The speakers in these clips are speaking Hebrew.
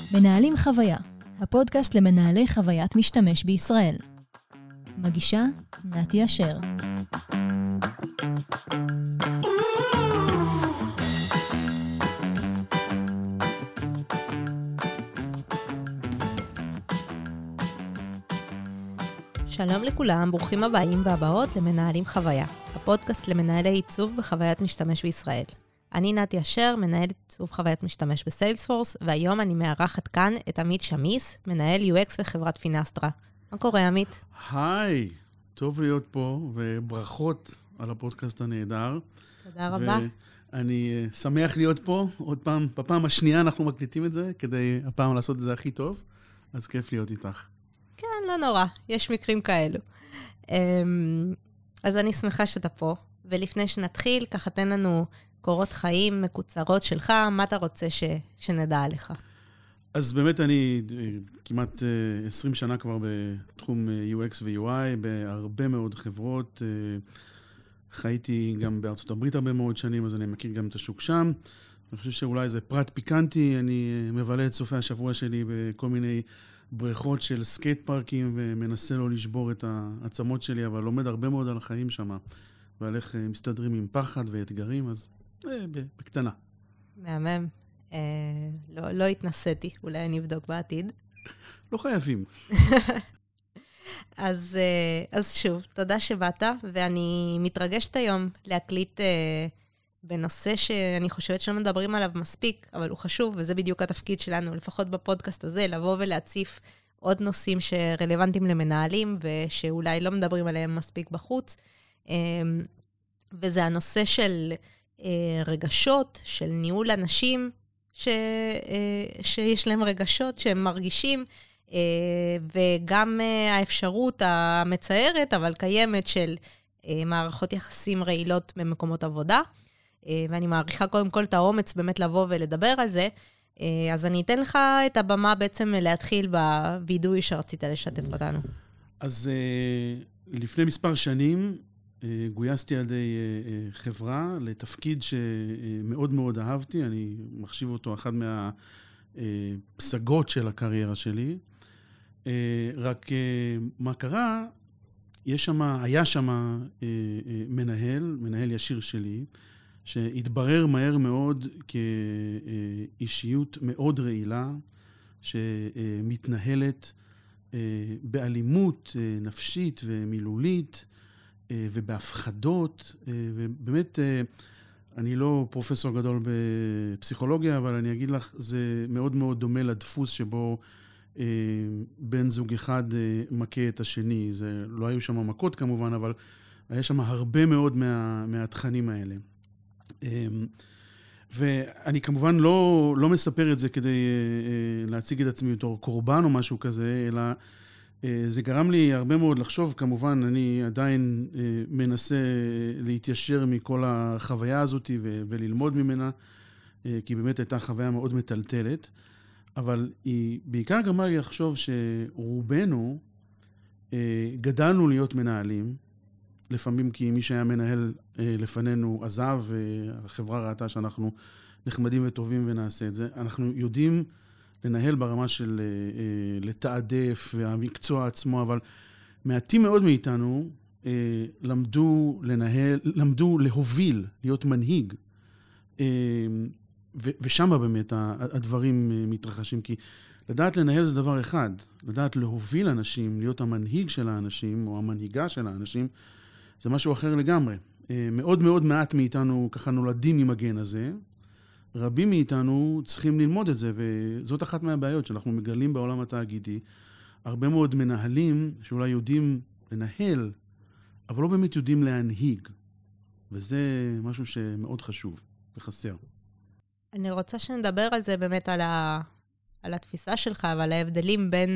מנהלים חוויה, הפודקאסט למנהלי חוויית משתמש בישראל. מגישה נתי אשר. שלום לכולם, ברוכים הבאים והבאות למנהלים חוויה, הפודקאסט למנהלי עיצוב וחוויית משתמש בישראל. אני נתי אשר, מנהלת עיצוב חוויית משתמש בסיילספורס, והיום אני מארחת כאן את עמית שמיס, מנהל UX וחברת פינסטרה. מה קורה, עמית? היי, טוב להיות פה, וברכות על הפודקאסט הנהדר. תודה רבה. ואני שמח להיות פה, עוד פעם, בפעם השנייה אנחנו מקליטים את זה, כדי הפעם לעשות את זה הכי טוב, אז כיף להיות איתך. כן, לא נורא, יש מקרים כאלו. אז אני שמחה שאתה פה, ולפני שנתחיל, ככה תן לנו קורות חיים מקוצרות שלך, מה אתה רוצה שנדע עליך? אז באמת אני כמעט 20 שנה כבר בתחום UX ו-UI, בהרבה מאוד חברות. חייתי גם בארצות הברית הרבה מאוד שנים, אז אני מכיר גם את השוק שם. אני חושב שאולי זה פרט פיקנטי, אני מבלה את סופי השבוע שלי בכל מיני בריכות של סקייט פארקים, ומנסה לא לשבור את העצמות שלי, אבל לומד הרבה מאוד על החיים שם, ועל איך מסתדרים עם פחד ואתגרים, אז בקטנה. מהמם. לא התנסיתי, אולי אני אבדוק בעתיד. לא חייבים. אז שוב, תודה שבאת, ואני מתרגשת היום להקליט בנושא שאני חושבת שלא מדברים עליו מספיק, אבל הוא חשוב, וזה בדיוק התפקיד שלנו, לפחות בפודקאסט הזה, לבוא ולהציף עוד נושאים שרלוונטיים למנהלים, ושאולי לא מדברים עליהם מספיק בחוץ, וזה הנושא של רגשות, של ניהול אנשים, שיש להם רגשות שהם מרגישים, וגם האפשרות המצערת, אבל קיימת של מערכות יחסים רעילות במקומות עבודה, ואני מעריכה קודם כל את האומץ באמת לבוא ולדבר על זה, אז אני אתן לך את הבמה בעצם להתחיל בווידוי שרצית לשתף אותנו. אז לפני מספר שנים גויסתי על ידי חברה לתפקיד שמאוד מאוד אהבתי, אני מחשיב אותו אחד מהפסגות של הקריירה שלי, רק מה קרה, היה שם מנהל ישיר שלי, שהתברר מהר מאוד כאישיות מאוד רעילה, שמתנהלת באלימות נפשית ומילולית, ובהפחדות, ובאמת, אני לא פרופסור גדול בפסיכולוגיה, אבל אני אגיד לך, זה מאוד מאוד דומה לדפוס שבו בן זוג אחד מכה את השני. זה לא היו שם מכות כמובן, אבל היה שם הרבה מאוד מהתכנים האלה. ואני כמובן לא מספר את זה כדי להציג את עצמי בתור קורבן או משהו כזה, אלא זה גרם לי הרבה מאוד לחשוב, כמובן אני עדיין מנסה להתיישר מכל החוויה הזאת וללמוד ממנה, כי באמת הייתה חוויה מאוד מטלטלת, אבל היא בעיקר גרמה לי לחשוב שרובנו גדלנו להיות מנהלים, לפעמים כי מי שהיה מנהל לפנינו עזב, והחברה ראתה שאנחנו נחמדים וטובים ונעשה את זה. אנחנו יודעים לנהל ברמה של לתעדף והמקצוע עצמו, אבל מעטים מאוד מאיתנו למדו להוביל, להיות מנהיג, ושם באמת הדברים מתרחשים, כי לדעת לנהל זה דבר אחד, לדעת להוביל אנשים, להיות המנהיג של האנשים, או המנהיגה של האנשים, זה משהו אחר לגמרי. מאוד מאוד מעט מאיתנו ככה נולדים עם הגן הזה, רבים מאיתנו צריכים ללמוד את זה, וזאת אחת מהבעיות שאנחנו מגלים בעולם התאגידי. הרבה מאוד מנהלים שאולי יודעים לנהל, אבל לא באמת יודעים להנהיג. וזה משהו שמאוד חשוב וחסר. אני רוצה שנדבר על זה באמת על התפיסה שלך, ועל ההבדלים בין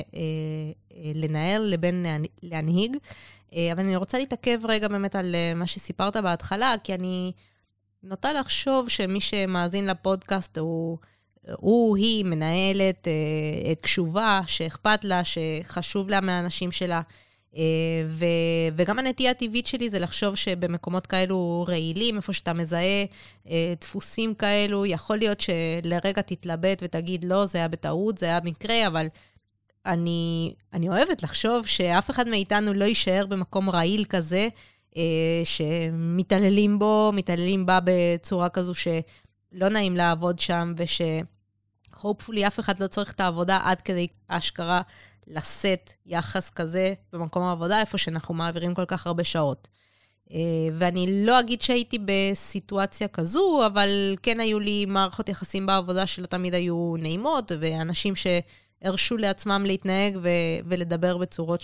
לנהל לבין להנהיג. אבל אני רוצה להתעכב רגע באמת על מה שסיפרת בהתחלה, כי אני נוטה לחשוב שמי שמאזין לפודקאסט היא מנהלת קשובה, שאכפת לה, שחשוב לה מהאנשים שלה, וגם הנטייה הטבעית שלי זה לחשוב שבמקומות כאלו רעילים, איפה שאתה מזהה דפוסים כאלו, יכול להיות שלרגע תתלבט ותגיד, לא, זה היה בטעות, זה היה מקרה, אבל אני אוהבת לחשוב שאף אחד מאיתנו לא יישאר במקום רעיל כזה, שמתעללים בו, מתעללים בה בצורה כזו שלא נעים לעבוד שם, hopefully אף אחד לא צריך את העבודה עד כדי אשכרה לשאת יחס כזה במקום העבודה, איפה שאנחנו מעבירים כל כך הרבה שעות. ואני לא אגיד שהייתי בסיטואציה כזו, אבל כן היו לי מערכות יחסים בעבודה שלא תמיד היו נעימות, ואנשים שהרשו לעצמם להתנהג ולדבר בצורות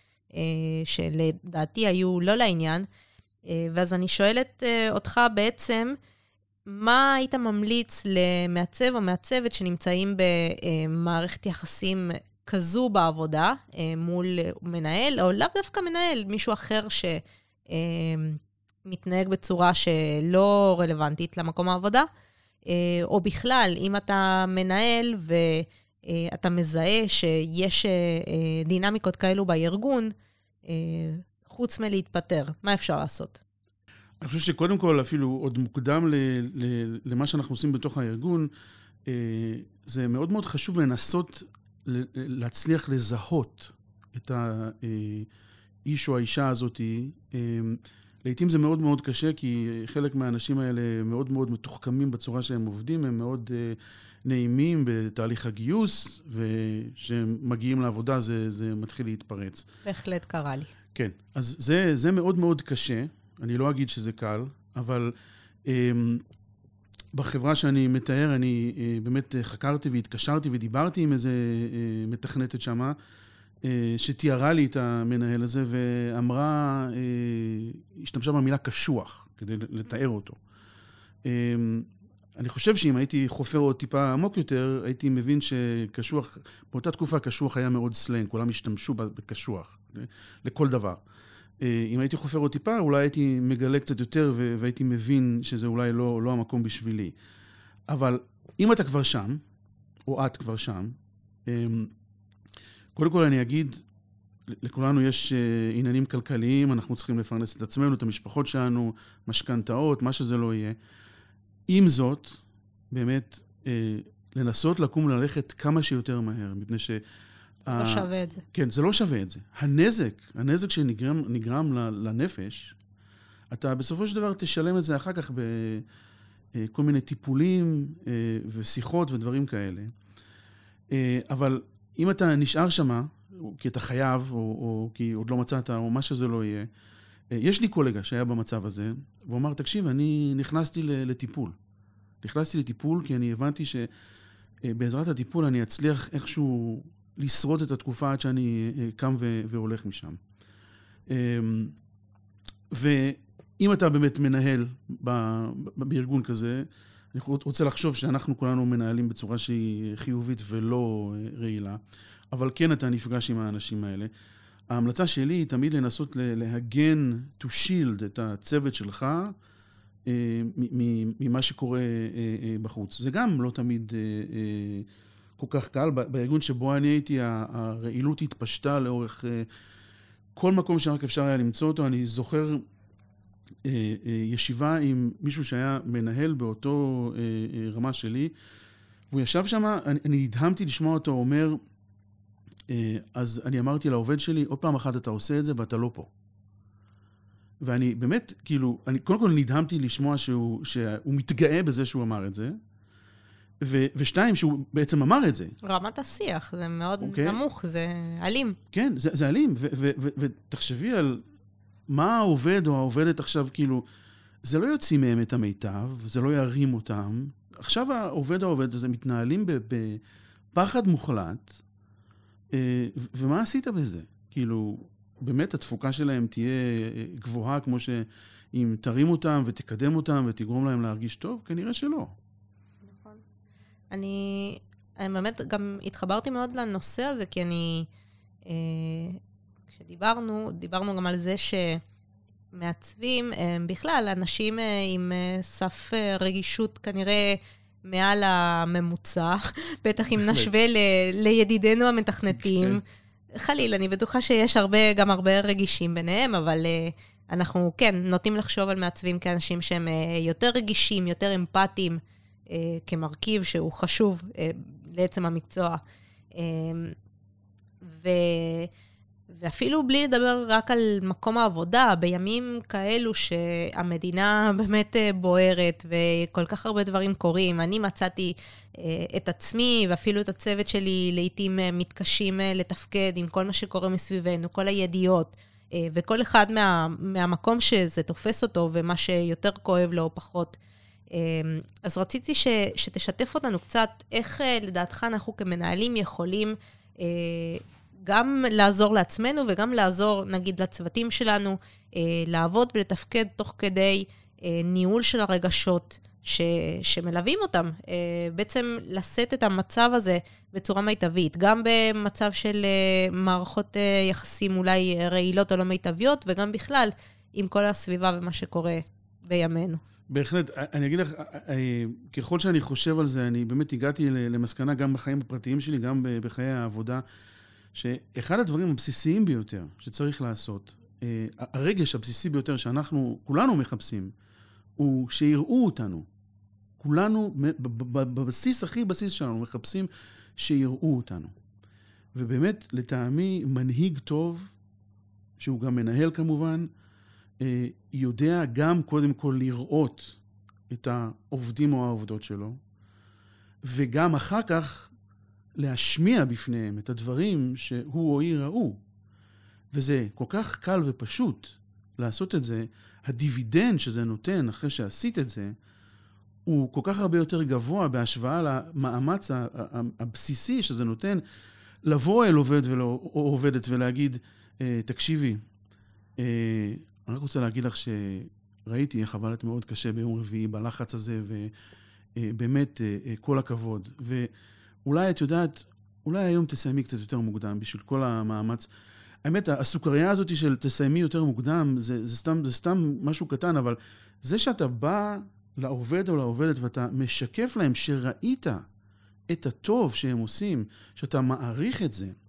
שלדעתי היו לא לעניין. ואז אני שואלת אותך בעצם, מה היית ממליץ למעצב או מעצבת שנמצאים במערכת יחסים כזו בעבודה מול מנהל, או לאו דווקא מנהל, מישהו אחר שמתנהג בצורה שלא רלוונטית למקום העבודה, או בכלל, אם אתה מנהל ואתה מזהה שיש דינמיקות כאלו בארגון, חוץ מלהתפטר, מה אפשר לעשות? אני חושב שקודם כל, אפילו עוד מוקדם למה שאנחנו עושים בתוך הארגון, זה מאוד מאוד חשוב לנסות להצליח לזהות את האיש או האישה הזאת. לעתים זה מאוד מאוד קשה, כי חלק מהאנשים האלה מאוד מאוד מתוחכמים בצורה שהם עובדים, הם מאוד נעימים בתהליך הגיוס, וכשהם מגיעים לעבודה זה מתחיל להתפרץ. בהחלט קרה לי. כן, אז זה מאוד מאוד קשה. אני לא אגיד שזה קל, אבל בחברה שאני מתאר, אני באמת חקרתי והתקשרתי ודיברתי עם איזה מתכנתת שמה, שתיארה לי את המנהל הזה, ואמרה, השתמשה במילה קשוח, כדי לתאר אותו. אני חושב שאם הייתי חופר עוד טיפה עמוק יותר, הייתי מבין שקשוח, באותה תקופה קשוח היה מאוד סלנג, כולם השתמשו בקשוח, לכל דבר. אם הייתי חופר עוד טיפה, אולי הייתי מגלה קצת יותר, והייתי מבין שזה אולי לא המקום בשבילי. אבל אם אתה כבר שם, או את כבר שם, קודם כל אני אגיד, לכולנו יש עניינים כלכליים, אנחנו צריכים לפרנס את עצמנו, את המשפחות שלנו, משכנתאות, מה שזה לא יהיה. עם זאת, באמת, לנסות לקום וללכת כמה שיותר מהר, מפני ש... לא שווה את זה. כן, זה לא שווה את זה. הנזק שנגרם לנפש, אתה בסופו של דבר תשלם את זה אחר כך בכל מיני טיפולים ושיחות ודברים כאלה. אבל אם אתה נשאר שמה, כי אתה חייב, או כי עוד לא מצאת, או מה שזה לא יהיה, יש לי קולגה שהיה במצב הזה, והוא אמר, תקשיב, אני נכנסתי לטיפול. נכנסתי לטיפול כי אני הבנתי שבעזרת הטיפול אני אצליח איכשהו לשרוד את התקופה עד שאני קם והולך משם. ואם אתה באמת מנהל בארגון כזה, אני רוצה לחשוב שאנחנו כולנו מנהלים בצורה שהיא חיובית ולא רעילה, אבל כן אתה נפגש עם האנשים האלה. ההמלצה שלי היא תמיד לנסות להגן, to shield את הצוות שלך ממה שקורה בחוץ. זה גם לא תמיד כל כך קל. בארגון שבו אני הייתי, הרעילות התפשטה לאורך כל מקום שרק אפשר היה למצוא אותו. אני זוכר ישיבה עם מישהו שהיה מנהל באותו רמה שלי, והוא ישב שם, אני נדהמתי לשמוע אותו אומר, אז אני אמרתי לעובד שלי, עוד פעם אחת אתה עושה את זה ואתה לא פה. ואני באמת, כאילו, קודם כל נדהמתי לשמוע שהוא מתגאה בזה שהוא אמר את זה, ושתיים, שהוא בעצם אמר את זה. רמת השיח, זה מאוד נמוך, זה אלים. כן, זה אלים, ותחשבי על מה העובד או העובדת עכשיו, כאילו, זה לא יוציא מהם את המיטב, זה לא ירים אותם. עכשיו העובד או העובד הזה מתנהלים בפחד מוחלט, ומה עשית בזה? כאילו, באמת התפוקה שלהם תהיה גבוהה, כמו שאם תרים אותם ותקדם אותם ותגרום להם להרגיש טוב, כנראה שלא. נכון. אני באמת גם התחברתי מאוד לנושא הזה, כי כשדיברנו גם על זה שמעצבים, בכלל, אנשים עם סף רגישות כנראה מעל הממוצע, בטח אם נשווה לידידינו המתכנתים, חלילה, אני בטוחה שיש גם הרבה רגישים ביניהם, אבל אנחנו כן נוטים לחשוב על מעצבים כאנשים שהם יותר רגישים, יותר אמפתיים, כמרכיב שהוא חשוב לעצם המקצוע. ואפילו בלי לדבר רק על מקום העבודה, בימים כאלו שהמדינה באמת בוערת, וכל כך הרבה דברים קורים. אני מצאתי את עצמי, ואפילו את הצוות שלי, לעתים מתקשים לתפקד עם כל מה שקורה מסביבנו, כל הידיעות, וכל אחד מהמקום שזה תופס אותו, ומה שיותר כואב לו או פחות. אז רציתי שתשתף אותנו קצת, איך לדעתך אנחנו כמנהלים יכולים גם לעזור לעצמנו, וגם לעזור, נגיד, לצוותים שלנו, לעבוד ולתפקד תוך כדי ניהול של הרגשות שמלווים אותם. בעצם לשאת את המצב הזה בצורה מיטבית, גם במצב של מערכות יחסים אולי רעילות או לא מיטביות, וגם בכלל עם כל הסביבה ומה שקורה בימינו. בהחלט, אני אגיד לך, ככל שאני חושב על זה, אני באמת הגעתי למסקנה גם בחיים הפרטיים שלי, גם בחיי העבודה, שאחד הדברים הבסיסיים ביותר שצריך לעשות, הרגש הבסיסי ביותר שאנחנו כולנו מחפשים, הוא שיראו אותנו. כולנו, בבסיס, הכי בסיס שלנו, מחפשים שיראו אותנו. ובאמת, לטעמי, מנהיג טוב, שהוא גם מנהל כמובן, יודע גם קודם כל לראות את העובדים או העובדות שלו, וגם אחר כך להשמיע בפניהם את הדברים שהוא או היא ראו. וזה כל כך קל ופשוט לעשות את זה. הדיבידנד שזה נותן אחרי שעשית את זה, הוא כל כך הרבה יותר גבוה בהשוואה למאמץ הבסיסי שזה נותן לבוא אל עובד או עובדת ולהגיד, תקשיבי, אני רק רוצה להגיד לך שראיתי איך עבדת מאוד קשה ביום רביעי בלחץ הזה, ובאמת כל הכבוד. ואולי את יודעת, אולי היום תסיימי קצת יותר מוקדם בשביל כל המאמץ. האמת, הסוכריה הזאת של תסיימי יותר מוקדם, זה סתם משהו קטן, אבל זה שאתה בא לעובד או לעובדת ואתה משקף להם שראית את הטוב שהם עושים, שאתה מעריך את זה,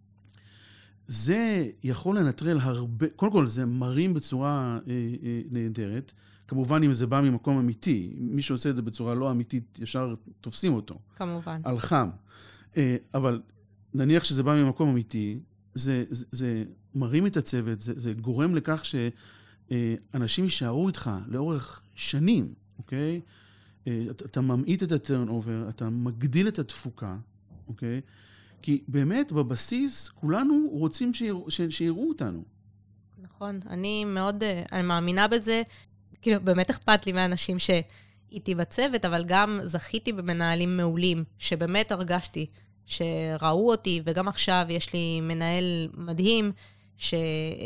זה יכול לנטרל הרבה, קודם כל זה מרים בצורה נהדרת, כמובן אם זה בא ממקום אמיתי, מי שעושה את זה בצורה לא אמיתית, ישר תופסים אותו. כמובן. על חם. אבל נניח שזה בא ממקום אמיתי, זה מרים את הצוות, זה גורם לכך שאנשים יישארו איתך לאורך שנים, אוקיי? אתה ממעיט את הטרנאובר, אתה מגדיל את התפוקה, אוקיי? כי באמת בבסיס כולנו רוצים שיראו אותנו. נכון, אני מאמינה בזה, כאילו באמת אכפת לי מהאנשים שאיתי בצוות, אבל גם זכיתי במנהלים מעולים, שבאמת הרגשתי שראו אותי, וגם עכשיו יש לי מנהל מדהים, שאחד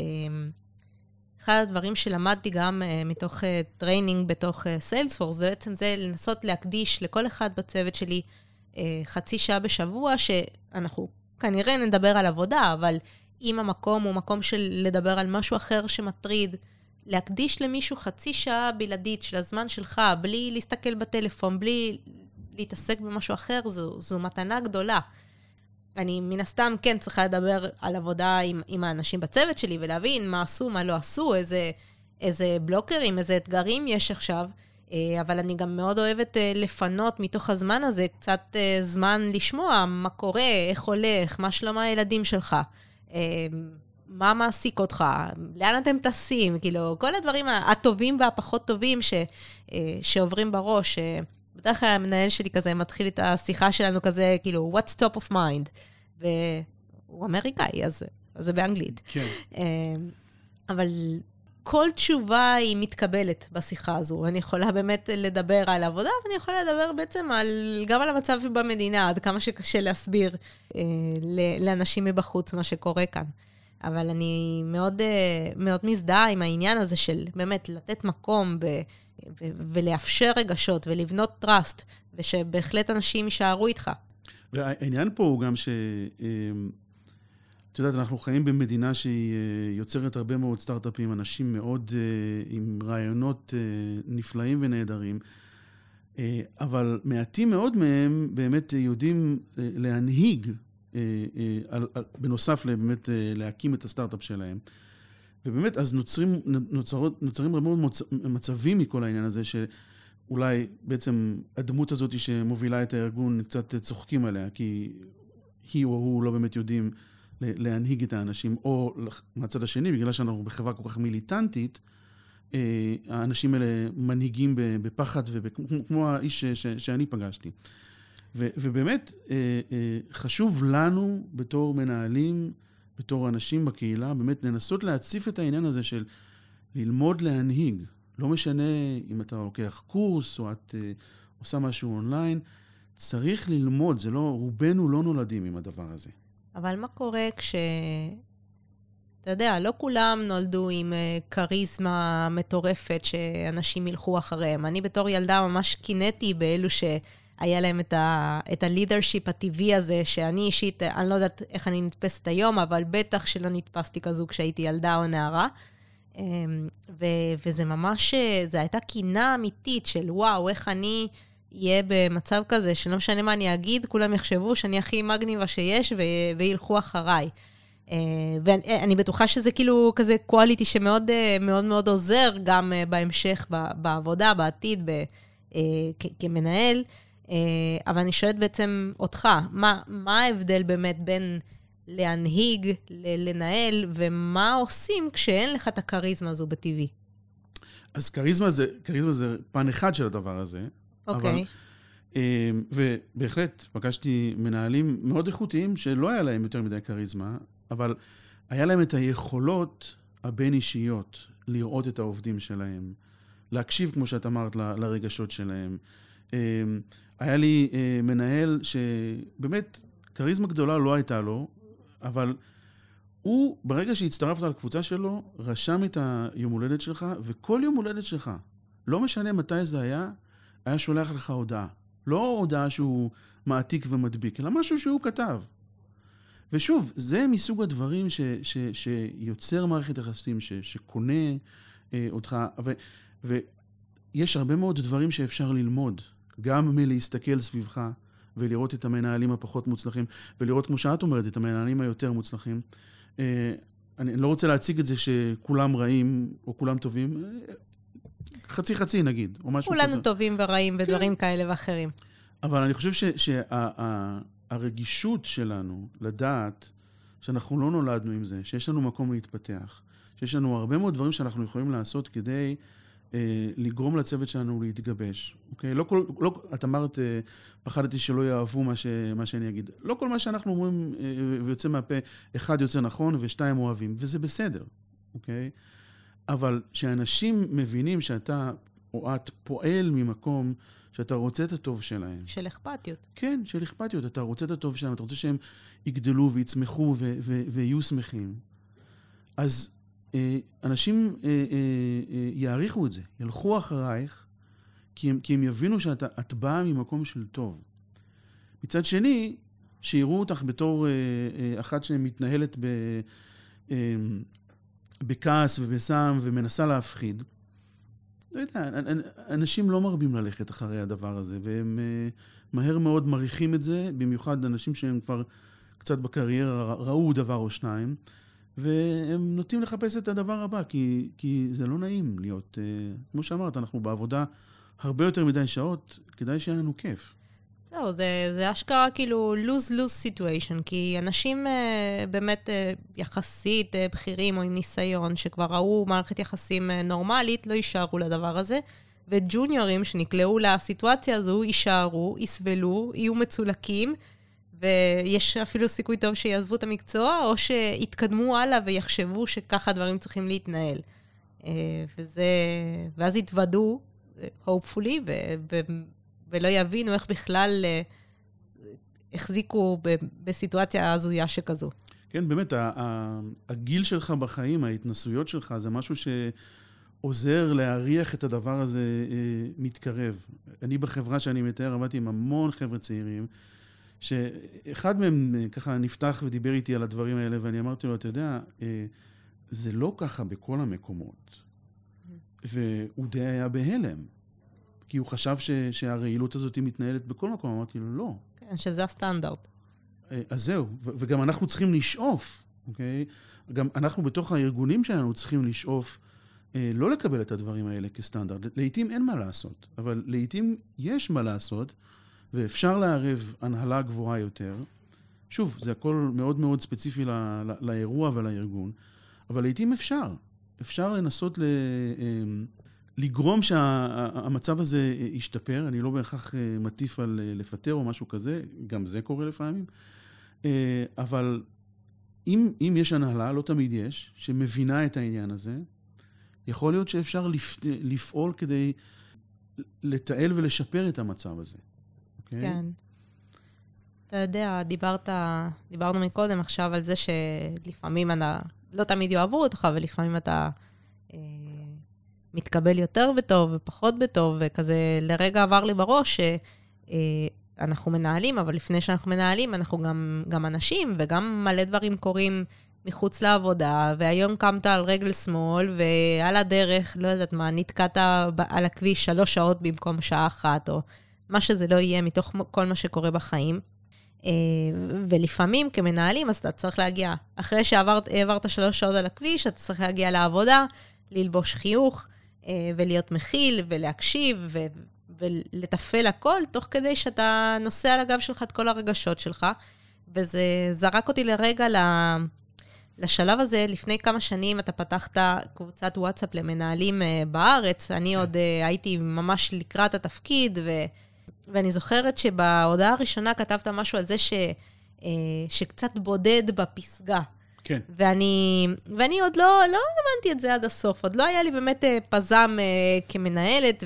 הדברים שלמדתי גם מתוך טריינינג בתוך סיילספורס, זה בעצם זה לנסות להקדיש לכל אחד בצוות שלי חצי שעה בשבוע, שאנחנו כנראה נדבר על עבודה, אבל אם המקום הוא מקום של לדבר על משהו אחר שמטריד, להקדיש למישהו חצי שעה בלעדית של הזמן שלך, בלי להסתכל בטלפון, בלי להתעסק במשהו אחר, זו מתנה גדולה. אני מן הסתם כן צריכה לדבר על עבודה עם האנשים בצוות שלי, ולהבין מה עשו, מה לא עשו, איזה בלוקרים, איזה אתגרים יש עכשיו, אבל אני גם מאוד אוהבת לפנות מתוך הזמן הזה, קצת זמן לשמוע מה קורה, איך הולך, מה שלום הילדים שלך, מה מעסיק אותך, לאן אתם טסים, כאילו, כל הדברים הטובים והפחות טובים שעוברים בראש. בדרך כלל המנהל שלי כזה מתחיל את השיחה שלנו כזה, כאילו, what's top of mind? והוא אמריקאי, אז זה באנגלית. כן. אבל כל תשובה היא מתקבלת בשיחה הזו. אני יכולה באמת לדבר על עבודה, ואני יכולה לדבר בעצם גם על המצב במדינה, עד כמה שקשה להסביר לאנשים מבחוץ מה שקורה כאן. אבל אני מאוד, מאוד מזדהה עם העניין הזה של באמת לתת מקום ולאפשר רגשות ולבנות טראסט, ושבהחלט אנשים יישארו איתך. והעניין פה הוא גם את יודעת, אנחנו חיים במדינה שהיא יוצרת הרבה מאוד סטארט-אפים, אנשים מאוד עם רעיונות נפלאים ונהדרים, אבל מעטים מאוד מהם באמת יודעים להנהיג בנוסף באמת להקים את הסטארט-אפ שלהם. ובאמת, אז נוצרים הרבה מאוד מצבים מכל העניין הזה, שאולי בעצם הדמות הזאת שמובילה את הארגון קצת צוחקים עליה, כי היא או הוא לא באמת יודעים להנהיג את האנשים, או מהצד השני, בגלל שאנחנו בחברה כל כך מיליטנטית, האנשים האלה מנהיגים בפחד, כמו האיש שאני פגשתי. ובאמת, חשוב לנו בתור מנהלים, בתור אנשים בקהילה, באמת לנסות להציף את העניין הזה של ללמוד להנהיג. לא משנה אם אתה לוקח קורס או את עושה משהו אונליין, צריך ללמוד, זה לא, רובנו לא נולדים עם הדבר הזה. אבל מה קורה אתה יודע, לא כולם נולדו עם קריזמה מטורפת שאנשים ילכו אחריהם. אני בתור ילדה ממש קינאתי באלו שהיה להם את הלידרשיפ הטבעי הזה, שאני אישית, אני לא יודעת איך אני נתפסת היום, אבל בטח שלא נתפסתי כזו כשהייתי ילדה או נערה. וזה ממש, זה הייתה קינה אמיתית של וואו, איך אני אהיה במצב כזה, שלא משנה מה אני אגיד, כולם יחשבו שאני הכי מגניבה שיש וילכו אחריי. ואני בטוחה שזה כאילו כזה קואליטי שמאוד מאוד מאוד עוזר גם בהמשך, בעבודה, בעתיד, כמנהל. אבל אני שואלת בעצם אותך, מה ההבדל באמת בין להנהיג, לנהל, ומה עושים כשאין לך את הקריזמה הזו בטבעי? אז קריזמה זה פן אחד של הדבר הזה. אוקיי. ובהחלט פגשתי מנהלים מאוד איכותיים שלא היה להם יותר מדי קריזמה, אבל היה להם את היכולות הבין-אישיות לראות את העובדים שלהם, להקשיב, כמו שאת אמרת, לרגשות שלהם. היה לי מנהל שבאמת קריזמה גדולה לא הייתה לו, אבל הוא, ברגע שהצטרפת לקבוצה שלו, רשם את היום הולדת שלך, וכל יום הולדת שלך, לא משנה מתי זה היה שולח לך הודעה. לא הודעה שהוא מעתיק ומדביק, אלא משהו שהוא כתב. ושוב, זה מסוג הדברים שיוצר מערכת יחסים, שקונה אותך, ויש הרבה מאוד דברים שאפשר ללמוד, גם מלהסתכל סביבך, ולראות את המנהלים הפחות מוצלחים, ולראות, כמו שאת אומרת, את המנהלים היותר מוצלחים. אני לא רוצה להציג את זה שכולם רעים, או כולם טובים, חצי נגיד, או משהו כזה. כולנו טובים ורעים בדברים כאלה ואחרים. אבל אני חושב שהרגישות שלנו לדעת שאנחנו לא נולדנו עם זה, שיש לנו מקום להתפתח, שיש לנו הרבה מאוד דברים שאנחנו יכולים לעשות כדי לגרום לצוות שלנו להתגבש. אוקיי? את אמרת, פחדתי שלא יאהבו מה שאני אגיד. לא כל מה שאנחנו אומרים ויוצא מהפה, אחד יוצא נכון ושתיים אוהבים, וזה בסדר. אוקיי? אבל שאנשים מבינים שאתה או את פועל ממקום שאתה רוצה את הטוב שלהם. של אכפתיות. כן, של אכפתיות. אתה רוצה את הטוב שלהם, אתה רוצה שהם יגדלו ויצמחו ויהיו שמחים. אז אנשים יעריכו את זה, ילכו אחרייך, כי הם יבינו שאת באה ממקום של טוב. מצד שני, שיראו אותך בתור אחת שמתנהלת בכעס ובסם ומנסה להפחיד. לא יודע, אנשים לא מרבים ללכת אחרי הדבר הזה, והם מהר מאוד מריחים את זה, במיוחד אנשים שהם כבר קצת בקריירה ראו דבר או שניים, והם נוטים לחפש את הדבר הבא, כי זה לא נעים להיות, כמו שאמרת, אנחנו בעבודה הרבה יותר מדי שעות, כדאי שיהיה לנו כיף. זהו, זה אשכרה כאילו lose-lose situation, כי אנשים באמת יחסית בכירים או עם ניסיון, שכבר ראו מערכת יחסים נורמלית, לא יישארו לדבר הזה, וג'וניורים שנקלעו לסיטואציה הזו, יישארו, יסבלו, יהיו מצולקים, ויש אפילו סיכוי טוב שיעזבו את המקצוע, או שיתקדמו הלאה ויחשבו שככה דברים צריכים להתנהל. ואז יתוודו, hopefully, ולא יבינו איך בכלל החזיקו בסיטואציה הזויה שכזו. כן, באמת, הגיל שלך בחיים, ההתנסויות שלך, זה משהו שעוזר להריח את הדבר הזה מתקרב. אני בחברה שאני מתאר, עבדתי עם המון חבר'ה צעירים, שאחד מהם ככה נפתח ודיבר איתי על הדברים האלה, ואני אמרתי לו, אתה יודע, זה לא ככה בכל המקומות. והוא די היה בהלם. כי הוא חשב שהרעילות הזאת מתנהלת בכל מקום. אמרתי לו, לא. כן, שזה הסטנדרט. אז זהו, וגם אנחנו צריכים לשאוף, אוקיי? גם אנחנו בתוך הארגונים שלנו צריכים לשאוף לא לקבל את הדברים האלה כסטנדרט. לעתים אין מה לעשות, אבל לעתים יש מה לעשות, ואפשר לערב הנהלה גבוהה יותר. שוב, זה הכל מאוד מאוד ספציפי לאירוע ולארגון, אבל לעתים אפשר לנסות לגרום שהמצב הזה ישתפר. אני לא בהכרח מטיף על לפטר או משהו כזה, גם זה קורה לפעמים. אבל אם יש הנהלה, לא תמיד יש, שמבינה את העניין הזה, יכול להיות שאפשר לפעול כדי לתעל ולשפר את המצב הזה. אוקיי? כן. אתה יודע, דיברנו מקודם עכשיו על זה שלפעמים לא תמיד יאהבו אותך, ולפעמים אתה מתקבל יותר בטוב ופחות בטוב, וכזה לרגע עבר לי בראש שאנחנו מנהלים, אבל לפני שאנחנו מנהלים, אנחנו גם אנשים, וגם מלא דברים קורים מחוץ לעבודה, והיום קמת על רגל שמאל, ועל הדרך, לא יודעת מה, נתקעת על הכביש 3 שעות במקום שעה 1, או מה שזה לא יהיה מתוך כל מה שקורה בחיים. ולפעמים כמנהלים, אז אתה צריך להגיע, אחרי שעברת 3 שעות על הכביש, אתה צריך להגיע לעבודה, ללבוש חיוך, ולהיות מכיל, ולהקשיב, ולטפל הכל, תוך כדי שאתה נושא על הגב שלך את כל הרגשות שלך, וזה זרק אותי לרגע לשלב הזה. לפני כמה שנים אתה פתחת קבוצת וואטסאפ למנהלים בארץ, אני עוד הייתי ממש לקראת התפקיד, ואני זוכרת שבהודעה הראשונה כתבת משהו על זה שקצת בודד בפסגה. כן. ואני עוד לא הבנתי את זה עד הסוף, עוד לא היה לי באמת פזם כמנהלת,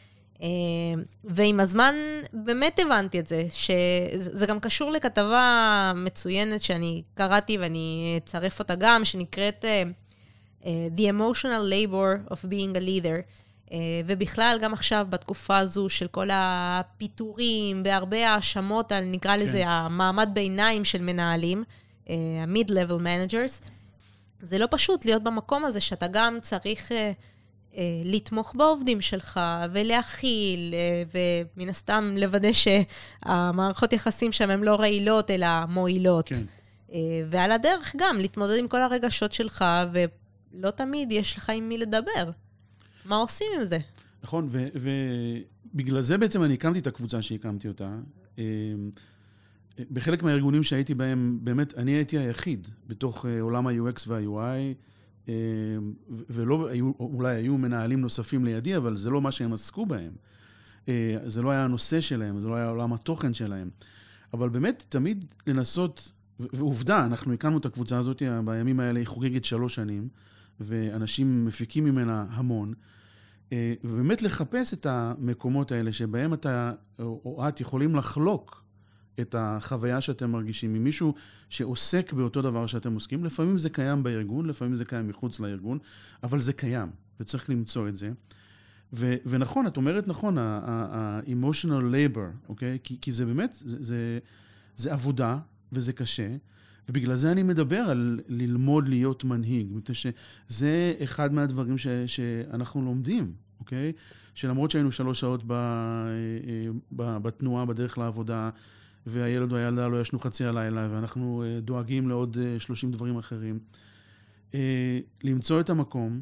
ועם הזמן באמת הבנתי את זה, שזה גם קשור לכתבה מצוינת שאני קראתי, ואני אצרף אותה גם, שנקראת The Emotional Labor of Being a Leader, ובכלל גם עכשיו בתקופה הזו של כל הפיתורים, והרבה האשמות על, נקרא לזה, המעמד ביניים של מנהלים, ה-mid-level managers, זה לא פשוט להיות במקום הזה שאתה גם צריך לתמוך בעובדים שלך ולהכיל, ומן הסתם לוודא שהמערכות יחסים שם הן לא רעילות אלא מועילות. כן. ועל הדרך גם להתמודד עם כל הרגשות שלך, ולא תמיד יש לך עם מי לדבר. מה עושים עם זה? נכון, ובגלל זה בעצם אני הקמתי את הקבוצה שהקמתי אותה. בחלק מהארגונים שהייתי בהם, באמת, אני הייתי היחיד בתוך עולם ה-UX וה-UI, ולא, אולי היו מנהלים נוספים לידי, אבל זה לא מה שהם עסקו בהם. זה לא היה הנושא שלהם, זה לא היה עולם התוכן שלהם. אבל באמת, תמיד לנסות, ועובדה, אנחנו הקמנו את הקבוצה הזאת, בימים האלה היא חוגגת 3 שנים, ואנשים מפיקים ממנה המון, ובאמת לחפש את המקומות האלה שבהם אתה או את יכולים לחלוק את החוויה שאתם מרגישים ממישהו שעוסק באותו דבר שאתם עוסקים. לפעמים זה קיים בארגון, לפעמים זה קיים מחוץ לארגון, אבל זה קיים, וצריך למצוא את זה. ונכון, את אומרת נכון, ה-emotional labor, אוקיי? כי זה באמת, זה עבודה, וזה קשה, ובגלל זה אני מדבר על ללמוד להיות מנהיג, מפני שזה אחד מהדברים שאנחנו לומדים, אוקיי? שלמרות שהיינו 3 שעות בתנועה, בדרך לעבודה, והילד או הילדה לא ישנו חצי הלילה, ואנחנו דואגים לעוד 30 דברים אחרים. למצוא את המקום,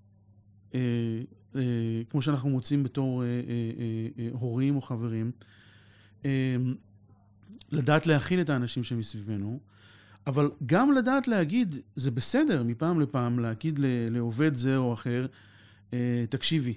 כמו שאנחנו מוצאים בתור הורים או חברים, לדעת להכיל את האנשים שמסביבנו, אבל גם לדעת להגיד, זה בסדר מפעם לפעם, להגיד לעובד זה או אחר, תקשיבי,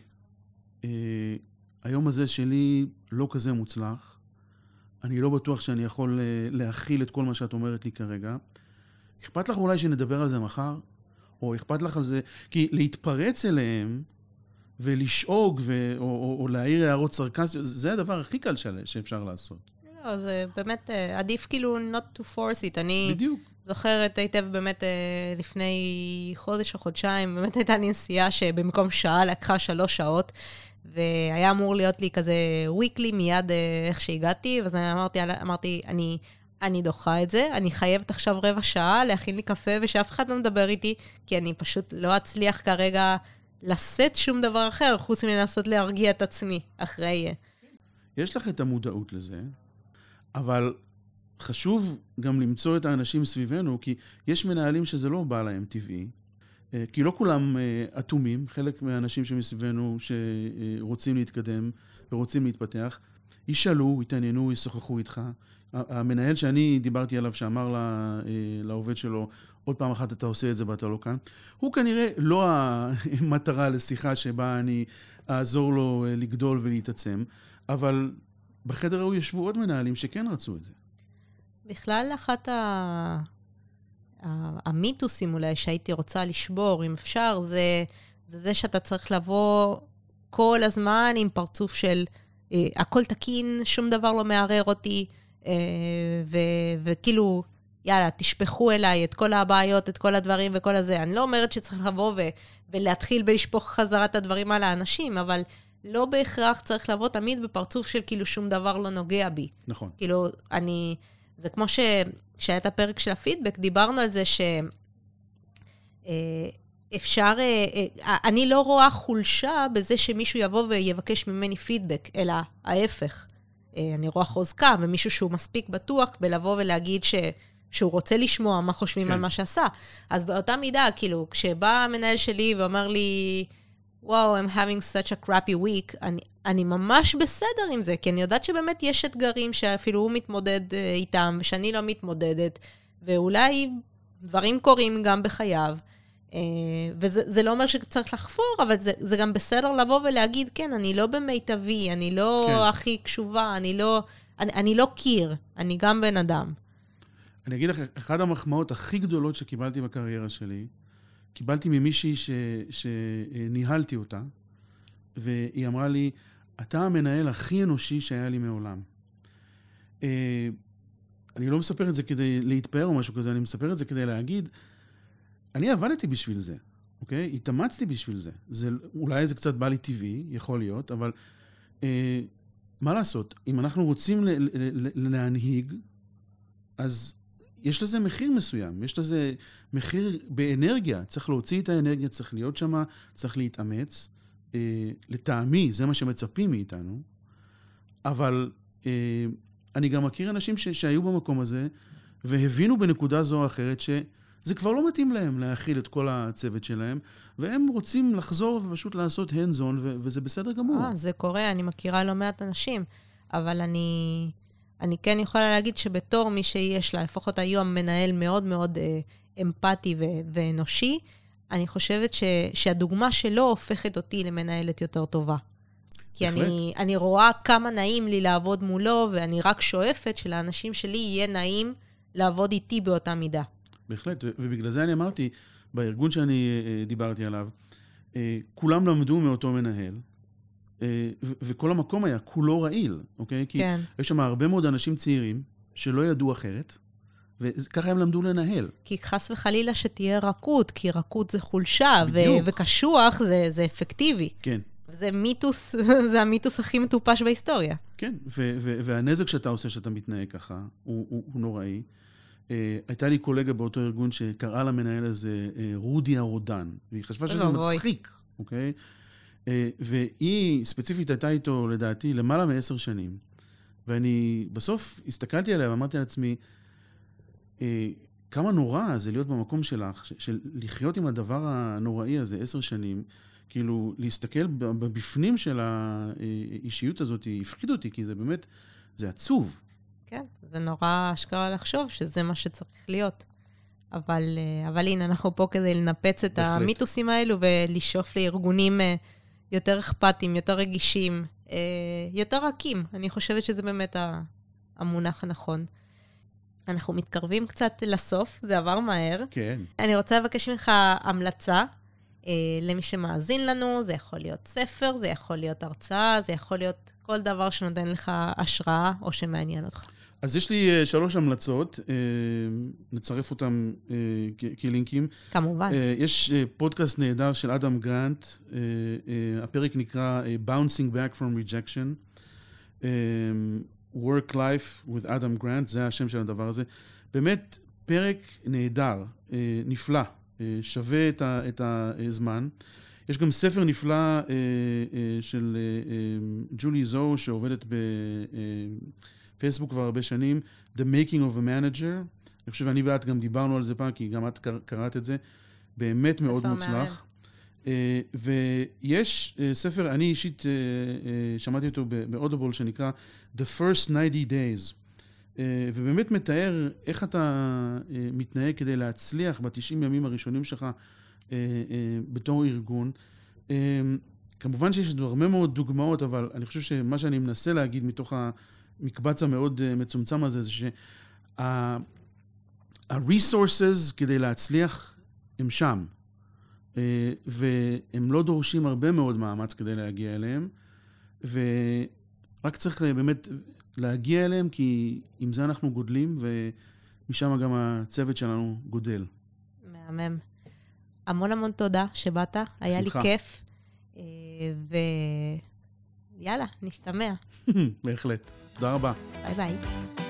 היום הזה שלי לא כזה מוצלח, אני לא בטוח שאני יכול להכיל את כל מה שאת אומרת לי כרגע. אכפת לך אולי שנדבר על זה מחר? או אכפת לך על זה? כי להתפרץ אליהם ולשאוג או להעיר הערות סרקסטיות, זה הדבר הכי קל שאפשר לעשות. לא, זה באמת עדיף כאילו not to force it. אני בדיוק. זוכרת היטב באמת לפני חודש או חודשיים, באמת הייתה לי נסיעה שבמקום שעה לקחה 3 שעות, והיה אמור להיות לי כזה weekly מיד איך שהגעתי, ואז אמרתי, אני דוחה את זה, אני חייבת עכשיו 15 שעה להכין לי קפה, ושאף אחד לא מדבר איתי, כי אני פשוט לא אצליח כרגע לשאת שום דבר אחר, חוץ מלנסות להרגיע את עצמי אחרי. יש לך את המודעות לזה, אבל חשוב גם למצוא את האנשים סביבנו, כי יש מנהלים שזה לא בא להם טבעי, כי לא כולם אטומים, חלק מהאנשים שמסביבנו שרוצים להתקדם ורוצים להתפתח, ישאלו, יתעניינו, ישוחחו איתך. המנהל שאני דיברתי עליו, שאמר לעובד שלו, עוד פעם אחת אתה עושה את זה ואתה לא כאן, הוא כנראה לא המטרה לשיחה שבה אני אעזור לו לגדול ולהתעצם, אבל בחדר הוא ישבו עוד מנהלים שכן רצו את זה. בכלל, אחת המיתוסים אולי שהייתי רוצה לשבור, אם אפשר, זה שאתה צריך לבוא כל הזמן עם פרצוף של הכל תקין, שום דבר לא מערער אותי, וכאילו, יאללה, תשפכו אליי את כל הבעיות, את כל הדברים וכל הזה. אני לא אומרת שצריך לבוא ולהתחיל בלשפוך חזרה את הדברים על האנשים, אבל לא בהכרח צריך לבוא תמיד בפרצוף של כאילו שום דבר לא נוגע בי. נכון. כאילו, זה כמו כשהיה את הפרק של הפידבק, דיברנו על זה אפשר, אני לא רואה חולשה בזה שמישהו יבוא ויבקש ממני פידבק, אלא ההפך. אני רואה חוזקה, ומישהו שהוא מספיק בטוח בלבוא ולהגיד שהוא רוצה לשמוע מה חושבים על מה שעשה. אז באותה מידה, כאילו, כשבא המנהל שלי ואומר לי, וואו, I'm having such a crappy week, אני ממש בסדר עם זה, כי אני יודעת שבאמת יש אתגרים שאפילו הוא מתמודד איתם, ושאני לא מתמודדת, ואולי דברים קורים גם בחייו, וזה לא אומר שצריך לחפור, אבל זה גם בסדר לבוא ולהגיד, כן, אני לא במיטבי, אני לא הכי קשובה, אני לא קיר, אני גם בן אדם. אני אגיד לך, אחת המחמאות הכי גדולות שקיבלתי בקריירה שלי, קיבלתי ממישהי שניהלתי אותה, והיא אמרה לי, אתה המנהל הכי אנושי שהיה לי מעולם. אני לא מספר את זה כדי להתפאר או משהו כזה, אני מספר את זה כדי להגיד, אני עבדתי בשביל זה, אוקיי? התאמצתי בשביל זה. אולי זה קצת בא לי טבעי, יכול להיות, אבל מה לעשות? אם אנחנו רוצים להנהיג, אז יש לזה מחיר מסוים, יש לזה מחיר באנרגיה, צריך להוציא את האנרגיה, צריך להיות שם, צריך להתאמץ. לטעמי, זה מה שמצפים מאיתנו, אבל אני גם מכיר אנשים שהיו במקום הזה, והבינו בנקודה זו או אחרת שזה כבר לא מתאים להם להכיל את כל הצוות שלהם, והם רוצים לחזור ופשוט לעשות hands-on, וזה בסדר גמור. זה קורה, אני מכירה לא מעט אנשים, אבל אני כן יכולה להגיד שבתור מי שיש לה, לפחות היום מנהל מאוד מאוד אמפתי ואנושי, אני חושבת שהדוגמה שלו הופכת אותי למנהלת יותר טובה. כי אני רואה כמה נעים לי לעבוד מולו, ואני רק שואפת שלאנשים שלי יהיה נעים לעבוד איתי באותה מידה. בהחלט, ובגלל זה אני אמרתי, בארגון שאני דיברתי עליו, כולם למדו מאותו מנהל, וכל המקום היה כולו רעיל, אוקיי? כי יש שם הרבה מאוד אנשים צעירים שלא ידעו אחרת, וככה הם למדו לנהל. כי חס וחלילה שתהיה רכות, כי רכות זה חולשה, וקשוח זה אפקטיבי. כן. זה מיתוס, זה המיתוס הכי מטופש בהיסטוריה. כן, והנזק שאתה עושה שאתה מתנהג ככה, הוא נוראי. הייתה לי קולגה באותו ארגון שקראה למנהל הזה רודי הרודן, והיא חשבה שזה מצחיק, אוקיי? והיא ספציפית הייתה איתו, לדעתי, למעלה מ10 שנים. ואני בסוף הסתכלתי עליה ואמרתי לעצמי, כמה נורא זה להיות במקום שלך, של לחיות עם הדבר הנוראי הזה 10 שנים, כאילו להסתכל בפנים של האישיות הזאת, הפחיד אותי, כי זה באמת, זה עצוב. כן, זה נורא אשכרה לחשוב שזה מה שצריך להיות. אבל הנה, אנחנו פה כדי לנפץ את המיתוסים האלו, ולשאוף לארגונים יותר אכפתיים, יותר רגישים, יותר רכים. אני חושבת שזה באמת המונח הנכון. אנחנו מתקרבים קצת לסוף, זה עבר מהר. כן. אני רוצה לבקש ממך המלצה למי שמאזין לנו, זה יכול להיות ספר, זה יכול להיות הרצאה, זה יכול להיות כל דבר שנותן לך השראה או שמעניין אותך. אז יש לי 3 המלצות, נצרף אותם כלינקים. כמובן. יש פודקאסט נהדר של אדם גרנט, הפרק נקרא Bouncing Back from Rejection, Work Life with Adam Grant, זה השם של הדבר הזה. באמת פרק נהדר, נפלא, שווה את הזמן. יש גם ספר נפלא של ג'ולי זו, שעובדת פייסבוק כבר הרבה שנים, The Making of a Manager. אני חושב שאני ואת גם דיברנו על זה פעם, כי גם את קראת את זה. באמת מאוד מוצלח. ויש ספר, אני אישית שמעתי אותו באודיבול, שנקרא The First 90 Days. ובאמת מתאר איך אתה מתנהג כדי להצליח ב-90 ימים הראשונים שלך בתור ארגון. כמובן שיש הרבה מאוד דוגמאות, אבל אני חושב שמה שאני מנסה להגיד מתוך המקבץ המאוד מצומצם הזה, זה שה-resources כדי להצליח הם שם. והם לא דורשים הרבה מאוד מאמץ כדי להגיע אליהם, ורק צריך באמת להגיע אליהם, כי עם זה אנחנו גודלים, ומשם גם הצוות שלנו גודל. מהמם. המון המון תודה שבאת, היה לי כיף, ויאללה, נשתמע. בהחלט. תודה רבה. ביי ביי.